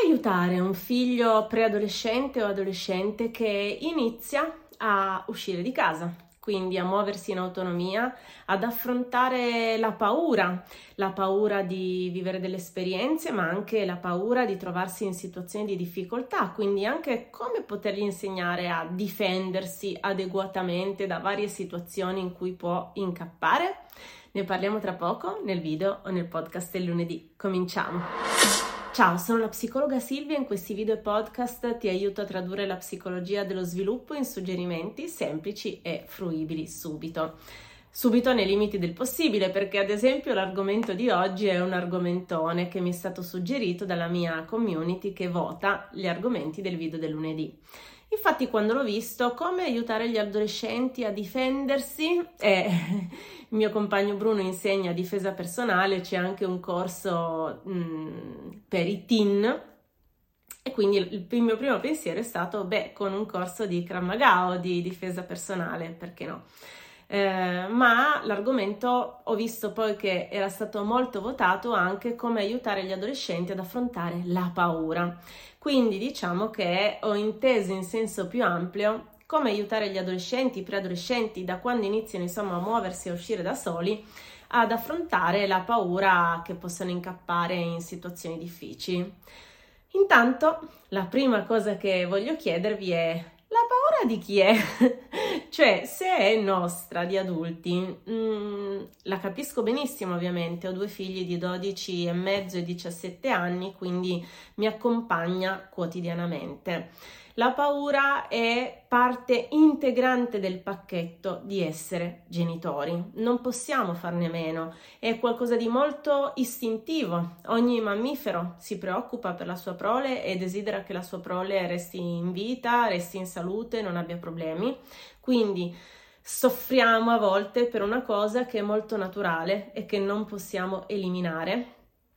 aiutare un figlio preadolescente o adolescente che inizia a uscire di casa, quindi a muoversi in autonomia, ad affrontare la paura di vivere delle esperienze, ma anche la paura di trovarsi in situazioni di difficoltà, quindi anche come potergli insegnare a difendersi adeguatamente da varie situazioni in cui può incappare? Ne parliamo tra poco nel video o nel podcast del lunedì. Cominciamo! Ciao, sono la psicologa Silvia e in questi video e podcast ti aiuto a tradurre la psicologia dello sviluppo in suggerimenti semplici e fruibili subito nei limiti del possibile, perché ad esempio l'argomento di oggi è un argomentone che mi è stato suggerito dalla mia community che vota gli argomenti del video del lunedì. Infatti, quando l'ho visto, come aiutare gli adolescenti a difendersi, il mio compagno Bruno insegna difesa personale, c'è anche un corso per i teen, e quindi il mio primo pensiero è stato, con un corso di Krav Maga o di difesa personale, perché no? Ma l'argomento ho visto poi che era stato molto votato anche come aiutare gli adolescenti ad affrontare la paura. Quindi diciamo che ho inteso in senso più ampio come aiutare gli adolescenti, i preadolescenti, da quando iniziano insomma a muoversi e a uscire da soli, ad affrontare la paura che possono incappare in situazioni difficili. Intanto la prima cosa che voglio chiedervi è: la paura di chi è? Cioè, se è nostra, di adulti, la capisco benissimo ovviamente, ho 2 figli di 12 e mezzo e 17 anni, quindi mi accompagna quotidianamente. La paura è parte integrante del pacchetto di essere genitori, non possiamo farne meno, è qualcosa di molto istintivo. Ogni mammifero si preoccupa per la sua prole e desidera che la sua prole resti in vita, resti in salute, non abbia problemi, quindi soffriamo a volte per una cosa che è molto naturale e che non possiamo eliminare.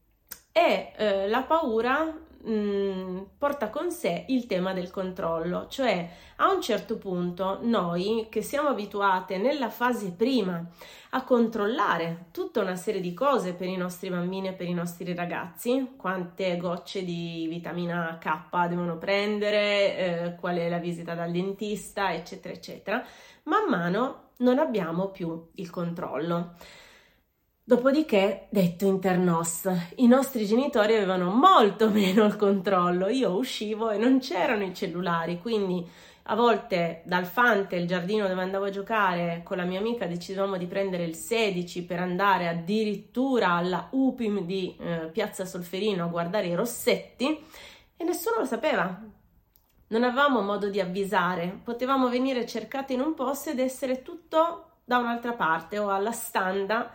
E la paura porta con sé il tema del controllo, cioè a un certo punto noi che siamo abituate nella fase prima a controllare tutta una serie di cose per i nostri bambini e per i nostri ragazzi, quante gocce di vitamina K devono prendere, qual è la visita dal dentista, eccetera eccetera, man mano non abbiamo più il controllo. Dopodiché, detto inter nos, i nostri genitori avevano molto meno il controllo. Io uscivo e non c'erano i cellulari, quindi a volte dal Fante, il giardino dove andavo a giocare, con la mia amica decidevamo di prendere il 16 per andare addirittura alla UPIM di Piazza Solferino a guardare i rossetti e nessuno lo sapeva. Non avevamo modo di avvisare, potevamo venire cercati in un posto ed essere tutto da un'altra parte o alla standa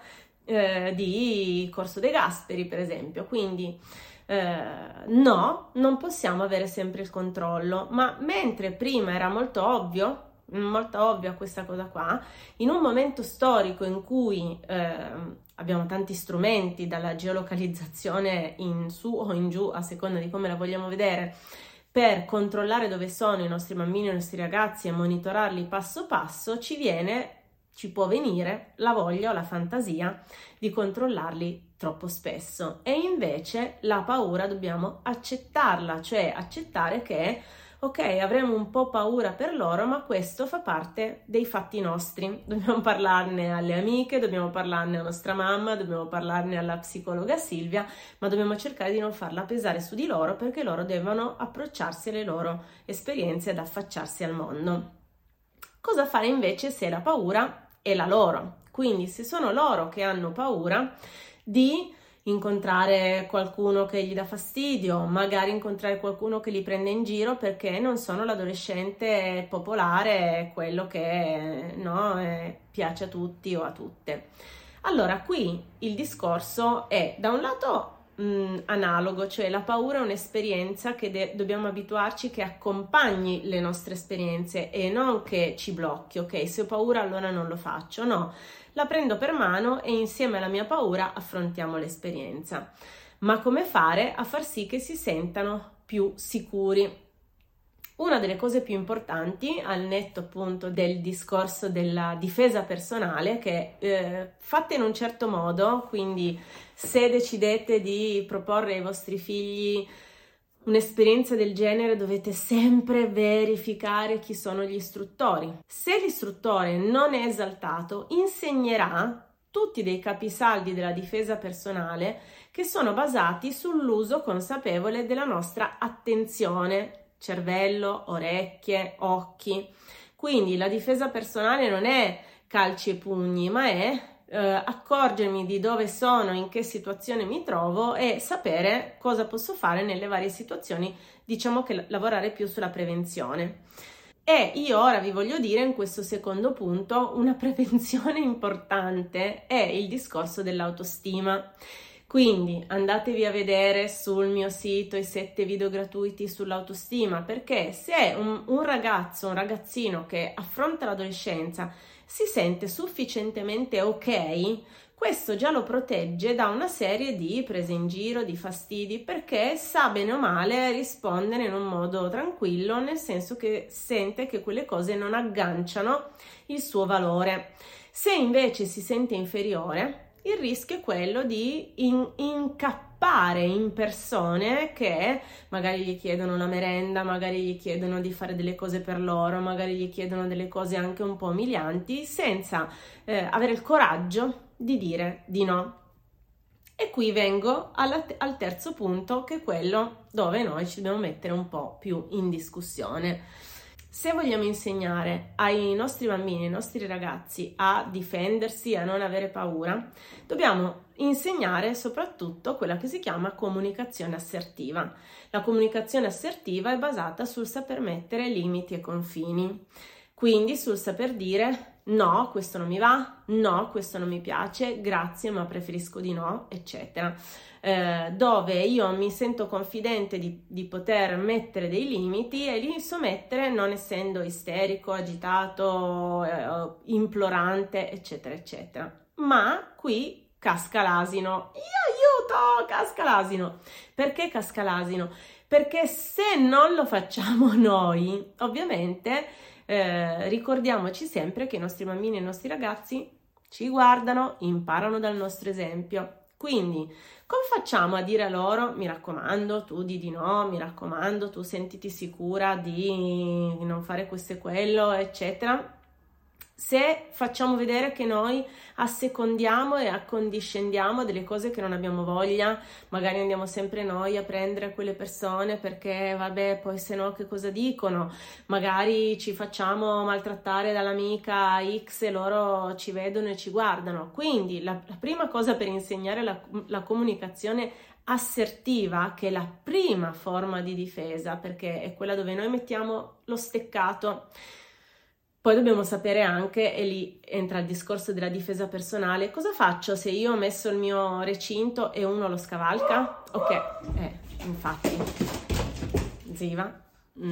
di Corso De Gasperi, per esempio. Quindi no, non possiamo avere sempre il controllo, ma mentre prima era molto ovvia questa cosa qua, in un momento storico in cui abbiamo tanti strumenti, dalla geolocalizzazione in su o in giù, a seconda di come la vogliamo vedere, per controllare dove sono i nostri bambini e i nostri ragazzi e monitorarli passo passo, ci può venire la voglia o la fantasia di controllarli troppo spesso, e invece la paura dobbiamo accettarla, cioè accettare che ok, avremo un po' paura per loro, ma questo fa parte dei fatti nostri. Dobbiamo parlarne alle amiche, dobbiamo parlarne a nostra mamma, dobbiamo parlarne alla psicologa Silvia, ma dobbiamo cercare di non farla pesare su di loro, perché loro devono approcciarsi alle loro esperienze ed affacciarsi al mondo. Cosa fare invece se la paura è la loro? Quindi se sono loro che hanno paura di incontrare qualcuno che gli dà fastidio, magari incontrare qualcuno che li prende in giro perché non sono l'adolescente popolare, quello che piace a tutti o a tutte. Allora qui il discorso è da un lato analogo, cioè la paura è un'esperienza che dobbiamo abituarci che accompagni le nostre esperienze e non che ci blocchi. Ok, se ho paura allora non lo faccio, no, la prendo per mano e insieme alla mia paura affrontiamo l'esperienza. Ma come fare a far sì che si sentano più sicuri? Una delle cose più importanti, al netto appunto del discorso della difesa personale, che fatte in un certo modo, quindi se decidete di proporre ai vostri figli un'esperienza del genere dovete sempre verificare chi sono gli istruttori. Se l'istruttore non è esaltato, insegnerà tutti dei capisaldi della difesa personale che sono basati sull'uso consapevole della nostra attenzione, cervello, orecchie, occhi. Quindi la difesa personale non è calci e pugni, ma è accorgermi di dove sono, in che situazione mi trovo e sapere cosa posso fare nelle varie situazioni, diciamo che lavorare più sulla prevenzione. E io ora vi voglio dire in questo secondo punto una prevenzione importante è il discorso dell'autostima. Quindi andatevi a vedere sul mio sito i 7 video gratuiti sull'autostima, perché se un ragazzo, un ragazzino che affronta l'adolescenza si sente sufficientemente ok, questo già lo protegge da una serie di prese in giro, di fastidi, perché sa bene o male rispondere in un modo tranquillo, nel senso che sente che quelle cose non agganciano il suo valore. Se invece si sente inferiore, il rischio è quello di incappare in persone che magari gli chiedono la merenda, magari gli chiedono di fare delle cose per loro, magari gli chiedono delle cose anche un po' umilianti, senza avere il coraggio di dire di no. E qui vengo al terzo punto, che è quello dove noi ci dobbiamo mettere un po' più in discussione. Se vogliamo insegnare ai nostri bambini, ai nostri ragazzi a difendersi, a non avere paura, dobbiamo insegnare soprattutto quella che si chiama comunicazione assertiva. La comunicazione assertiva è basata sul saper mettere limiti e confini, quindi sul saper dire no, questo non mi va, no, questo non mi piace, grazie, ma preferisco di no, eccetera. Dove io mi sento confidente di poter mettere dei limiti e li so mettere non essendo isterico, agitato, implorante, eccetera, eccetera. Ma qui casca l'asino. Aiuto, casca l'asino. Perché casca l'asino? Perché se non lo facciamo noi, ovviamente ricordiamoci sempre che i nostri bambini e i nostri ragazzi ci guardano, imparano dal nostro esempio. Quindi, come facciamo a dire a loro, mi raccomando, tu di no, mi raccomando, tu sentiti sicura di non fare questo e quello, eccetera, se facciamo vedere che noi assecondiamo e accondiscendiamo delle cose che non abbiamo voglia, magari andiamo sempre noi a prendere quelle persone perché vabbè, poi se no che cosa dicono, magari ci facciamo maltrattare dall'amica X e loro ci vedono e ci guardano. Quindi la prima cosa per insegnare la comunicazione assertiva, che è la prima forma di difesa, perché è quella dove noi mettiamo lo steccato. Poi dobbiamo sapere anche, e lì entra il discorso della difesa personale, cosa faccio se io ho messo il mio recinto e uno lo scavalca? Ok, infatti, Ziva.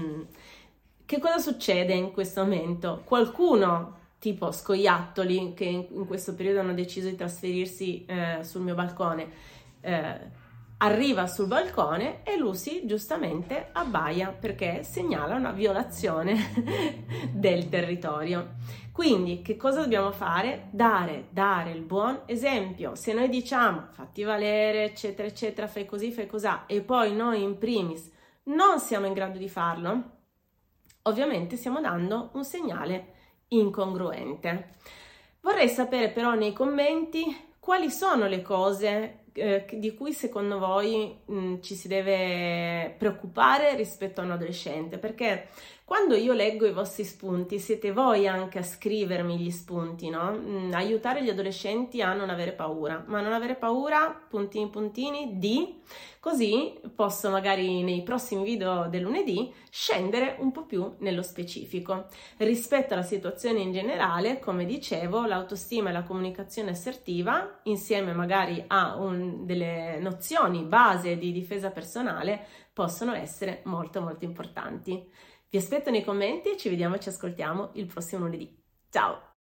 Che cosa succede in questo momento? Qualcuno, tipo scoiattoli, che in questo periodo hanno deciso di trasferirsi sul mio balcone, arriva sul balcone e Lucy giustamente abbaia perché segnala una violazione del territorio. Quindi che cosa dobbiamo fare? Dare il buon esempio. Se noi diciamo fatti valere, eccetera, eccetera, fai così, fai cosà, e poi noi in primis non siamo in grado di farlo, ovviamente stiamo dando un segnale incongruente. Vorrei sapere però nei commenti quali sono le cose di cui secondo voi ci si deve preoccupare rispetto a un adolescente, perché quando io leggo i vostri spunti siete voi anche a scrivermi gli spunti, no? Aiutare gli adolescenti a non avere paura, ma non avere paura, puntini puntini, di, così posso magari nei prossimi video del lunedì scendere un po' più nello specifico. Rispetto alla situazione in generale, come dicevo, l'autostima e la comunicazione assertiva, insieme magari a delle nozioni base di difesa personale, possono essere molto molto importanti. Vi aspetto nei commenti e ci vediamo e ci ascoltiamo il prossimo lunedì. Ciao!